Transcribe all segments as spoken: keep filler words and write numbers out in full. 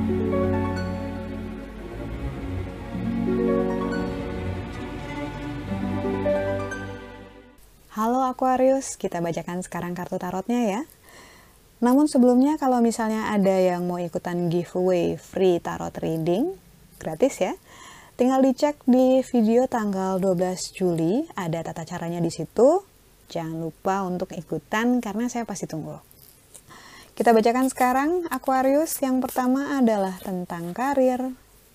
Halo Aquarius, kita bacakan sekarang kartu tarotnya ya. Namun sebelumnya kalau misalnya ada yang mau ikutan giveaway free tarot reading, gratis ya, tinggal dicek di video tanggal dua belas Juli, ada tata caranya di situ. Jangan lupa untuk ikutan karena saya pasti tunggu. Kita bacakan sekarang Aquarius, yang pertama adalah tentang karir.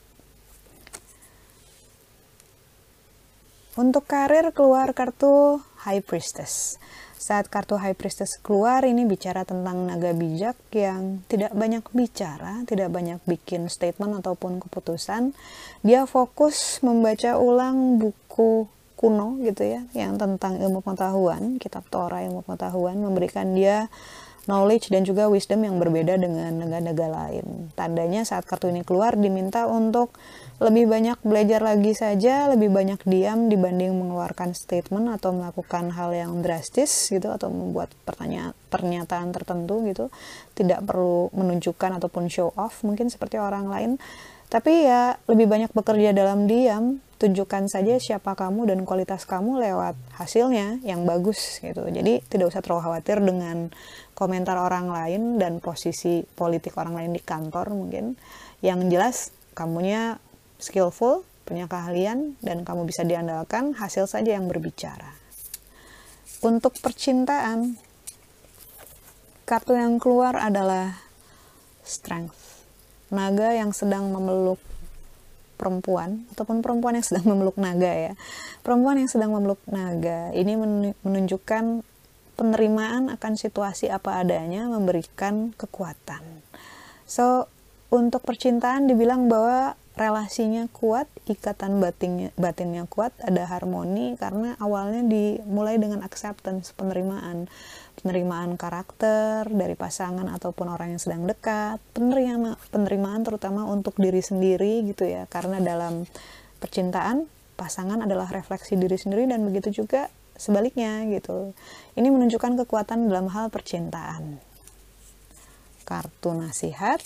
Untuk karir keluar kartu High Priestess. Saat kartu High Priestess keluar, ini bicara tentang naga bijak yang tidak banyak bicara, tidak banyak bikin statement ataupun keputusan. Dia fokus membaca ulang buku kuno gitu ya, yang tentang ilmu pengetahuan, kitab Torah ilmu pengetahuan, memberikan dia knowledge dan juga wisdom yang berbeda dengan naga-naga lain. Tandanya saat kartu ini keluar diminta untuk lebih banyak belajar lagi saja, lebih banyak diam dibanding mengeluarkan statement atau melakukan hal yang drastis gitu, atau membuat pertanyaan pernyataan tertentu gitu. Tidak perlu menunjukkan ataupun show off mungkin seperti orang lain. Tapi ya lebih banyak bekerja dalam diam, tunjukkan saja siapa kamu dan kualitas kamu lewat hasilnya yang bagus gitu. Jadi tidak usah terlalu khawatir dengan komentar orang lain dan posisi politik orang lain di kantor mungkin. Yang jelas kamunya skillful, punya keahlian, dan kamu bisa diandalkan, hasil saja yang berbicara. Untuk percintaan, kartu yang keluar adalah Strength. Naga yang sedang memeluk perempuan, ataupun perempuan yang sedang memeluk naga ya. Perempuan yang sedang memeluk naga, ini menunjukkan penerimaan akan situasi apa adanya, memberikan kekuatan. So, untuk percintaan dibilang bahwa relasinya kuat, ikatan batinnya, batinnya kuat, ada harmoni, karena awalnya dimulai dengan acceptance, penerimaan. Penerimaan karakter dari pasangan ataupun orang yang sedang dekat, penerimaan, penerimaan terutama untuk diri sendiri gitu ya, karena dalam percintaan, pasangan adalah refleksi diri sendiri dan begitu juga sebaliknya gitu. Ini menunjukkan kekuatan dalam hal percintaan. Kartu nasihat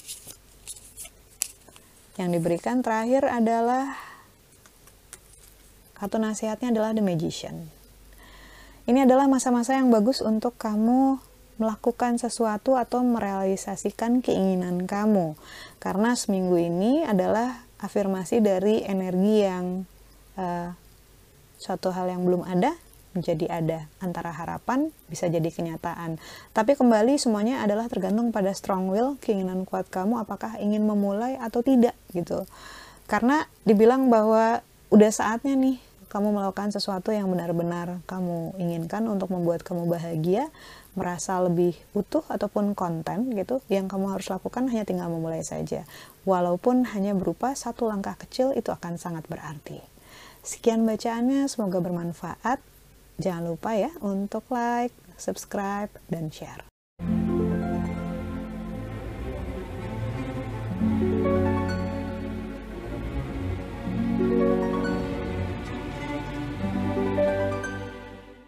yang diberikan terakhir adalah kartu nasihatnya adalah The Magician. Ini adalah masa-masa yang bagus untuk kamu melakukan sesuatu atau merealisasikan keinginan kamu, karena seminggu ini adalah afirmasi dari energi yang uh, suatu hal yang belum ada menjadi ada, antara harapan bisa jadi kenyataan. Tapi kembali semuanya adalah tergantung pada strong will, keinginan kuat kamu apakah ingin memulai atau tidak gitu. Karena dibilang bahwa udah saatnya nih kamu melakukan sesuatu yang benar-benar kamu inginkan untuk membuat kamu bahagia, merasa lebih utuh ataupun konten gitu. Yang kamu harus lakukan hanya tinggal memulai saja. Walaupun hanya berupa satu langkah kecil, itu akan sangat berarti. Sekian bacaannya, semoga bermanfaat. Jangan lupa ya untuk like, subscribe, dan share.